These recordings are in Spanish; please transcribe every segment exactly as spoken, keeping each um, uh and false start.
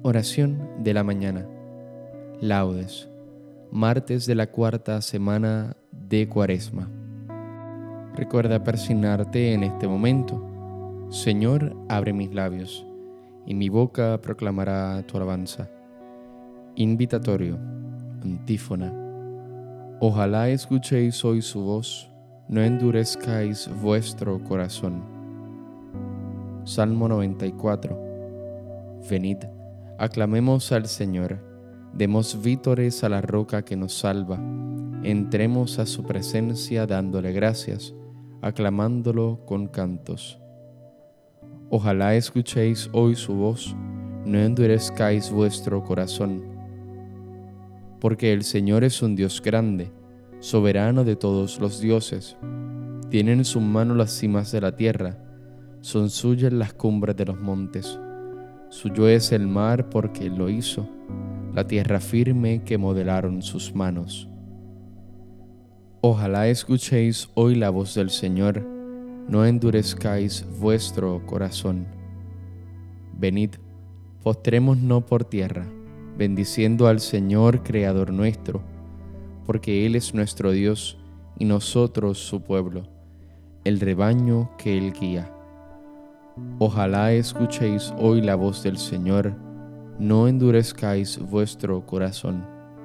Oración de la mañana. Laudes. Martes de la cuarta semana de Cuaresma. Recuerda persignarte en este momento. Señor, abre mis labios, y mi boca proclamará tu alabanza. Invitatorio. Antífona. Ojalá escuchéis hoy su voz, no endurezcáis vuestro corazón. Salmo noventa y cuatro. Venid, aclamemos al Señor, demos vítores a la roca que nos salva, entremos a su presencia dándole gracias, aclamándolo con cantos. Ojalá escuchéis hoy su voz, no endurezcáis vuestro corazón. Porque el Señor es un Dios grande, soberano de todos los dioses. Tiene en su mano las cimas de la tierra, son suyas las cumbres de los montes. Suyo es el mar porque Él lo hizo, la tierra firme que modelaron sus manos. Ojalá escuchéis hoy la voz del Señor, no endurezcáis vuestro corazón. Venid, postrémonos por tierra, bendiciendo al Señor Creador nuestro, porque Él es nuestro Dios y nosotros su pueblo, el rebaño que Él guía. Ojalá escuchéis hoy la voz del Señor, no endurezcáis vuestro corazón.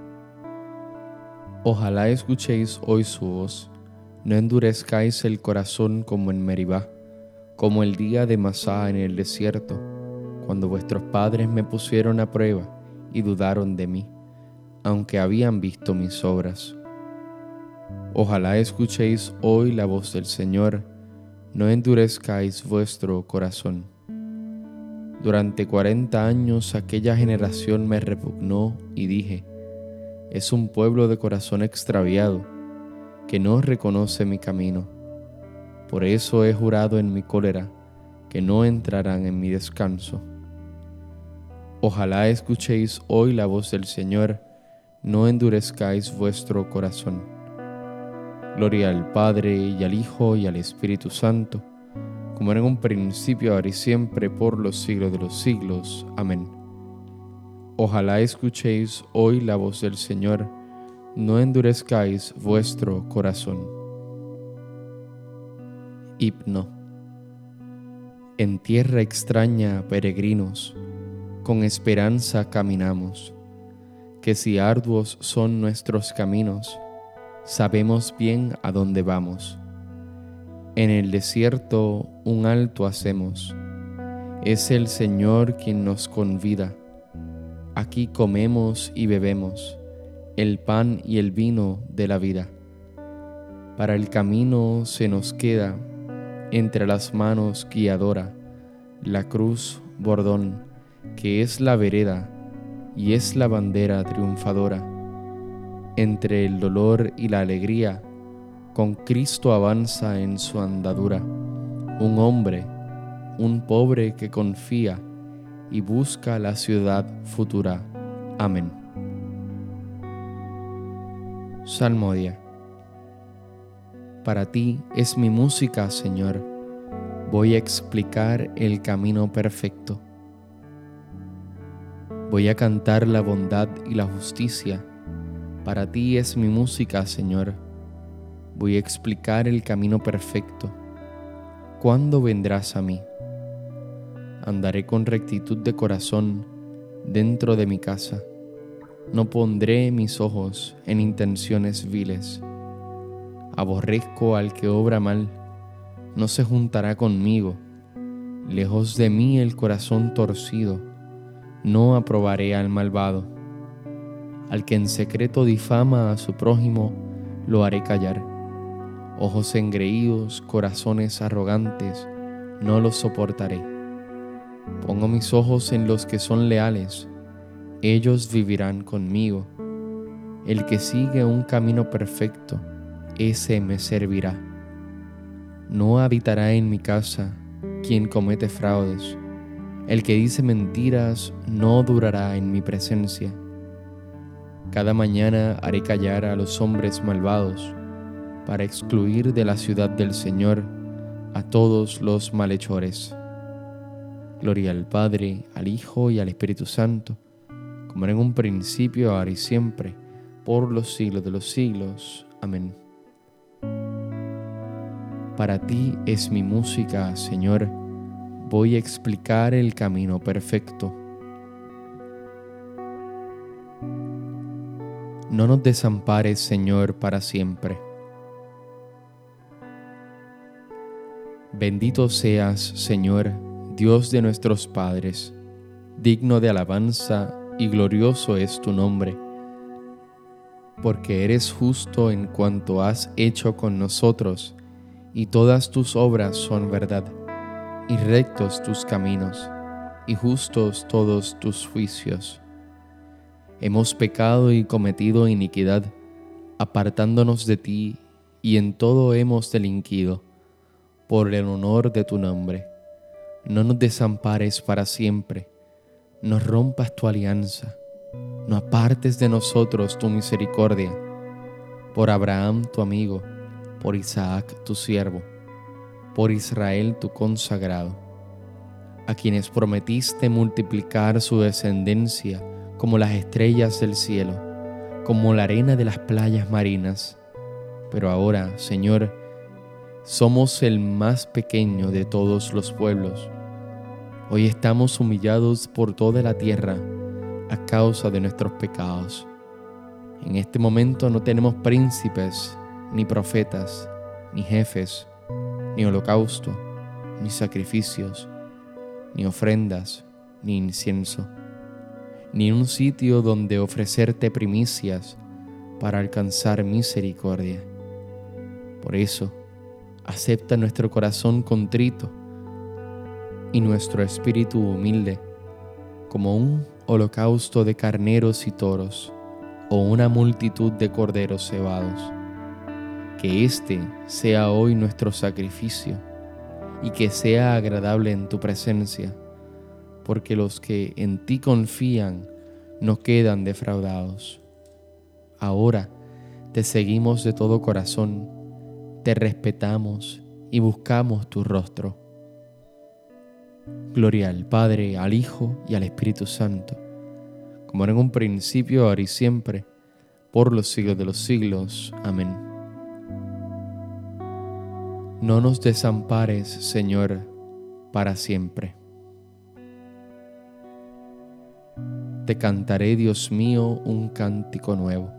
Ojalá escuchéis hoy su voz, no endurezcáis el corazón como en Meribá, como el día de Masá en el desierto, cuando vuestros padres me pusieron a prueba y dudaron de mí, aunque habían visto mis obras. Ojalá escuchéis hoy la voz del Señor, no endurezcáis vuestro corazón. Durante cuarenta años aquella generación me repugnó y dije, es un pueblo de corazón extraviado, que no reconoce mi camino. Por eso he jurado en mi cólera, que no entrarán en mi descanso. Ojalá escuchéis hoy la voz del Señor, no endurezcáis vuestro corazón. Gloria al Padre, y al Hijo, y al Espíritu Santo, como era en un principio, ahora y siempre, por los siglos de los siglos. Amén. Ojalá escuchéis hoy la voz del Señor, no endurezcáis vuestro corazón. Himno. En tierra extraña, peregrinos, con esperanza caminamos, que si arduos son nuestros caminos, sabemos bien a dónde vamos. En el desierto un alto hacemos, es el Señor quien nos convida. Aquí comemos y bebemos el pan y el vino de la vida. Para el camino se nos queda entre las manos guiadora la cruz bordón, que es la vereda y es la bandera triunfadora. Entre el dolor y la alegría, con Cristo avanza en su andadura, un hombre, un pobre que confía y busca la ciudad futura. Amén. Salmodia. Para ti es mi música, Señor, voy a explicar el camino perfecto. Voy a cantar la bondad y la justicia. Para ti es mi música, Señor. Voy a explicar el camino perfecto. ¿Cuándo vendrás a mí? Andaré con rectitud de corazón dentro de mi casa. No pondré mis ojos en intenciones viles. Aborrezco al que obra mal. No se juntará conmigo. Lejos de mí el corazón torcido. No aprobaré al malvado. Al que en secreto difama a su prójimo, lo haré callar. Ojos engreídos, corazones arrogantes, no los soportaré. Pongo mis ojos en los que son leales, ellos vivirán conmigo. El que sigue un camino perfecto, ese me servirá. No habitará en mi casa quien comete fraudes. El que dice mentiras no durará en mi presencia. Cada mañana haré callar a los hombres malvados, para excluir de la ciudad del Señor a todos los malhechores. Gloria al Padre, al Hijo y al Espíritu Santo, como era en un principio, ahora y siempre, por los siglos de los siglos. Amén. Para ti es mi música, Señor. Voy a explicar el camino perfecto. No nos desampares, Señor, para siempre. Bendito seas, Señor, Dios de nuestros padres, digno de alabanza y glorioso es tu nombre, porque eres justo en cuanto has hecho con nosotros, y todas tus obras son verdad, y rectos tus caminos, y justos todos tus juicios. Hemos pecado y cometido iniquidad, apartándonos de ti, y en todo hemos delinquido, por el honor de tu nombre. No nos desampares para siempre, no rompas tu alianza, no apartes de nosotros tu misericordia, por Abraham tu amigo, por Isaac tu siervo, por Israel tu consagrado, a quienes prometiste multiplicar su descendencia como las estrellas del cielo, como la arena de las playas marinas. Pero ahora, Señor, somos el más pequeño de todos los pueblos. Hoy estamos humillados por toda la tierra a causa de nuestros pecados. En este momento no tenemos príncipes, ni profetas, ni jefes, ni holocausto, ni sacrificios, ni ofrendas, ni incienso, ni un sitio donde ofrecerte primicias para alcanzar misericordia. Por eso, acepta nuestro corazón contrito y nuestro espíritu humilde como un holocausto de carneros y toros o una multitud de corderos cebados. Que este sea hoy nuestro sacrificio y que sea agradable en tu presencia, porque los que en ti confían no quedan defraudados. Ahora te seguimos de todo corazón, te respetamos y buscamos tu rostro. Gloria al Padre, al Hijo y al Espíritu Santo, como era en un principio, ahora y siempre, por los siglos de los siglos. Amén. No nos desampares, Señor, para siempre. Te cantaré, Dios mío, un cántico nuevo.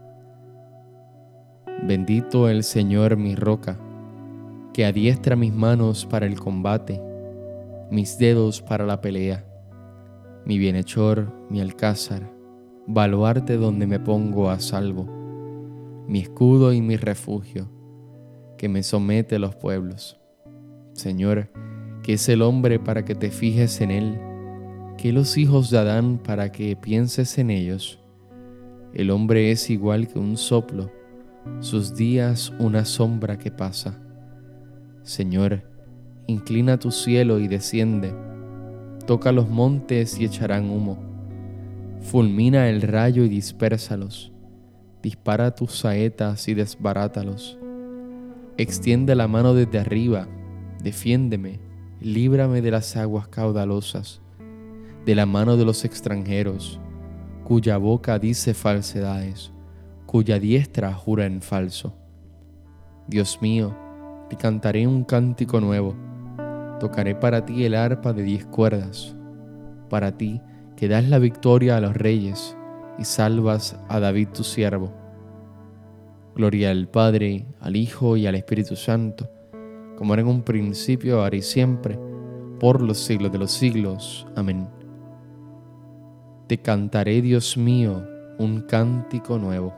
Bendito el Señor, mi roca, que adiestra mis manos para el combate, mis dedos para la pelea, mi bienhechor, mi alcázar, baluarte donde me pongo a salvo, mi escudo y mi refugio, que me somete a los pueblos. Señor, ¿qué es el hombre para que te fijes en él? ¿Qué los hijos de Adán para que pienses en ellos? El hombre es igual que un soplo, sus días una sombra que pasa. Señor, inclina tu cielo y desciende, toca los montes y echarán humo. Fulmina el rayo y dispérsalos, dispara tus saetas y desbarátalos. Extiende la mano desde arriba, defiéndeme, líbrame de las aguas caudalosas, de la mano de los extranjeros, cuya boca dice falsedades, cuya diestra jura en falso. Dios mío, te cantaré un cántico nuevo, tocaré para ti el arpa de diez cuerdas, para ti que das la victoria a los reyes y salvas a David tu siervo. Gloria al Padre, al Hijo y al Espíritu Santo, como era en un principio, ahora y siempre, por los siglos de los siglos. Amén. Te cantaré, Dios mío, un cántico nuevo.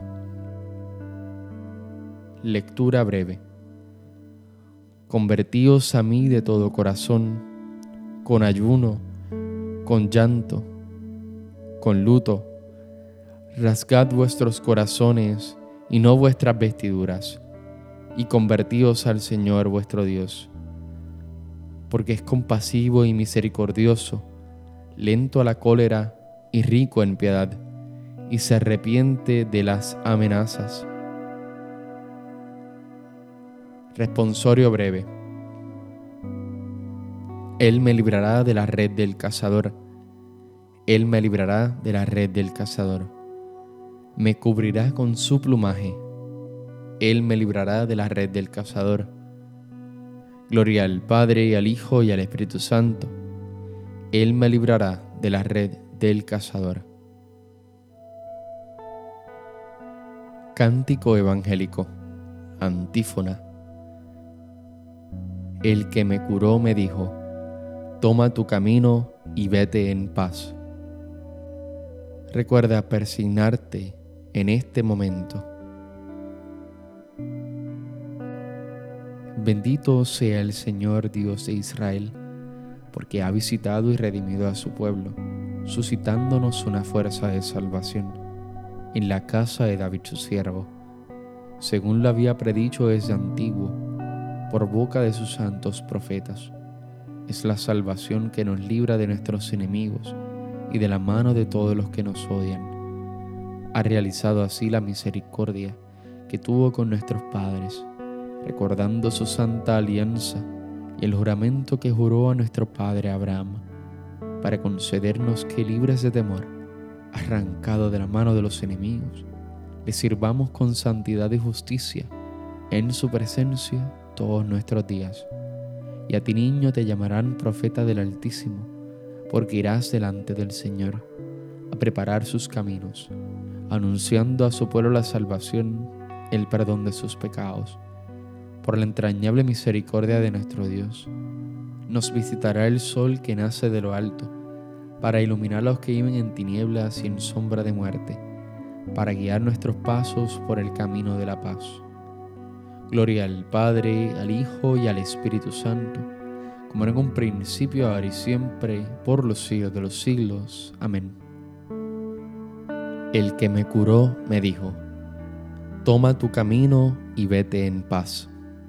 Lectura breve. Convertíos a mí de todo corazón, con ayuno, con llanto, con luto. Rasgad vuestros corazones y no vuestras vestiduras, y convertíos al Señor vuestro Dios, porque es compasivo y misericordioso, lento a la cólera y rico en piedad, y se arrepiente de las amenazas. Responsorio breve. Él me librará de la red del cazador. Él me librará de la red del cazador. Me cubrirá con su plumaje. Él me librará de la red del cazador. Gloria al Padre, y al Hijo, y al Espíritu Santo. Él me librará de la red del cazador. Cántico evangélico. Antífona. El que me curó me dijo: toma tu camino y vete en paz. Recuerda persignarte en este momento. Bendito sea el Señor Dios de Israel, porque ha visitado y redimido a su pueblo, suscitándonos una fuerza de salvación en la casa de David su siervo, según lo había predicho desde antiguo, por boca de sus santos profetas. Es la salvación que nos libra de nuestros enemigos y de la mano de todos los que nos odian. Ha realizado así la misericordia que tuvo con nuestros padres, recordando su santa alianza y el juramento que juró a nuestro padre Abraham, para concedernos que, libres de temor, arrancado de la mano de los enemigos, le sirvamos con santidad y justicia en su presencia todos nuestros días. Y a ti, niño, te llamarán profeta del Altísimo, porque irás delante del Señor a preparar sus caminos, anunciando a su pueblo la salvación, el perdón de sus pecados. Por la entrañable misericordia de nuestro Dios, nos visitará el sol que nace de lo alto, para iluminar a los que viven en tinieblas y en sombra de muerte, para guiar nuestros pasos por el camino de la paz. Gloria al Padre, al Hijo y al Espíritu Santo, como era en un principio, ahora y siempre, por los siglos de los siglos. Amén. El que me curó me dijo: toma tu camino y vete en paz.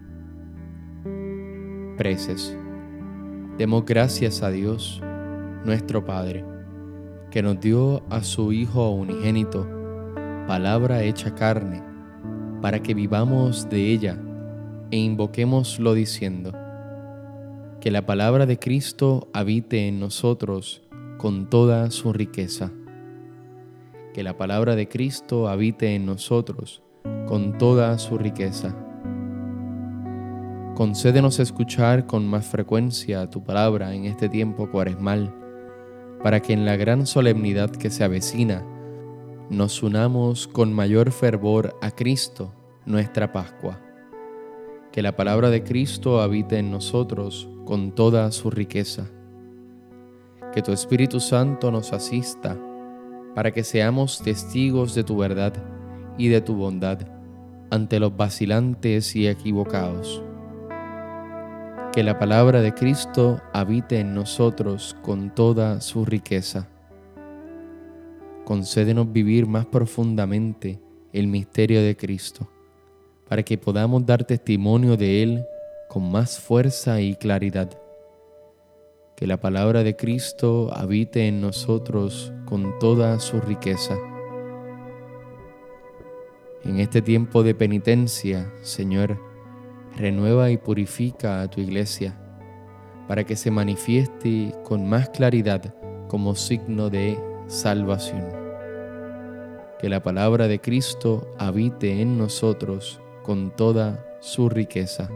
Preces. Demos gracias a Dios, nuestro Padre, que nos dio a su Hijo unigénito, palabra hecha carne, para que vivamos de ella e invoquémoslo diciendo: que la palabra de Cristo habite en nosotros con toda su riqueza. Que la palabra de Cristo habite en nosotros con toda su riqueza. Concédenos escuchar con más frecuencia tu palabra en este tiempo cuaresmal, para que en la gran solemnidad que se avecina nos unamos con mayor fervor a Cristo, nuestra Pascua. Que la palabra de Cristo habite en nosotros con toda su riqueza. Que tu Espíritu Santo nos asista para que seamos testigos de tu verdad y de tu bondad ante los vacilantes y equivocados. Que la palabra de Cristo habite en nosotros con toda su riqueza. Concédenos vivir más profundamente el misterio de Cristo, para que podamos dar testimonio de Él con más fuerza y claridad. Que la palabra de Cristo habite en nosotros con toda su riqueza. En este tiempo de penitencia, Señor, renueva y purifica a tu iglesia, para que se manifieste con más claridad como signo de salvación. Que la palabra de Cristo habite en nosotros con toda su riqueza.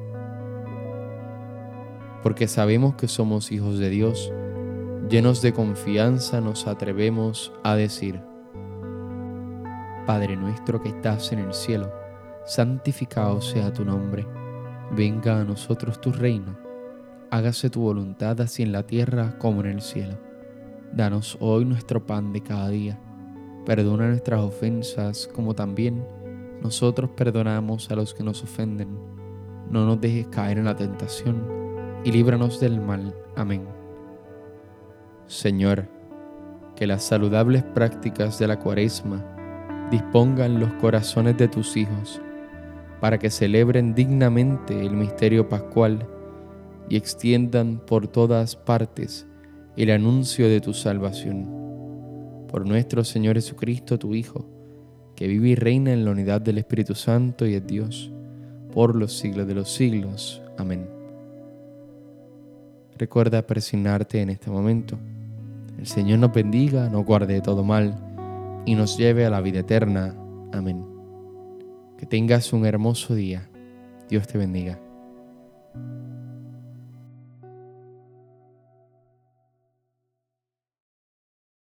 Porque sabemos que somos hijos de Dios, llenos de confianza nos atrevemos a decir: Padre nuestro que estás en el cielo, santificado sea tu nombre. Venga a nosotros tu reino. Hágase tu voluntad así en la tierra como en el cielo. Danos hoy nuestro pan de cada día. Perdona nuestras ofensas como también nosotros perdonamos a los que nos ofenden. No nos dejes caer en la tentación y líbranos del mal. Amén. Señor, que las saludables prácticas de la Cuaresma dispongan los corazones de tus hijos para que celebren dignamente el misterio pascual y extiendan por todas partes el anuncio de tu salvación. Por nuestro Señor Jesucristo, tu Hijo, que vive y reina en la unidad del Espíritu Santo y es Dios, por los siglos de los siglos. Amén. recuerda persignarte en este momento. El Señor nos bendiga, nos guarde de todo mal y nos lleve a la vida eterna. Amén. Que tengas un hermoso día. Dios te bendiga.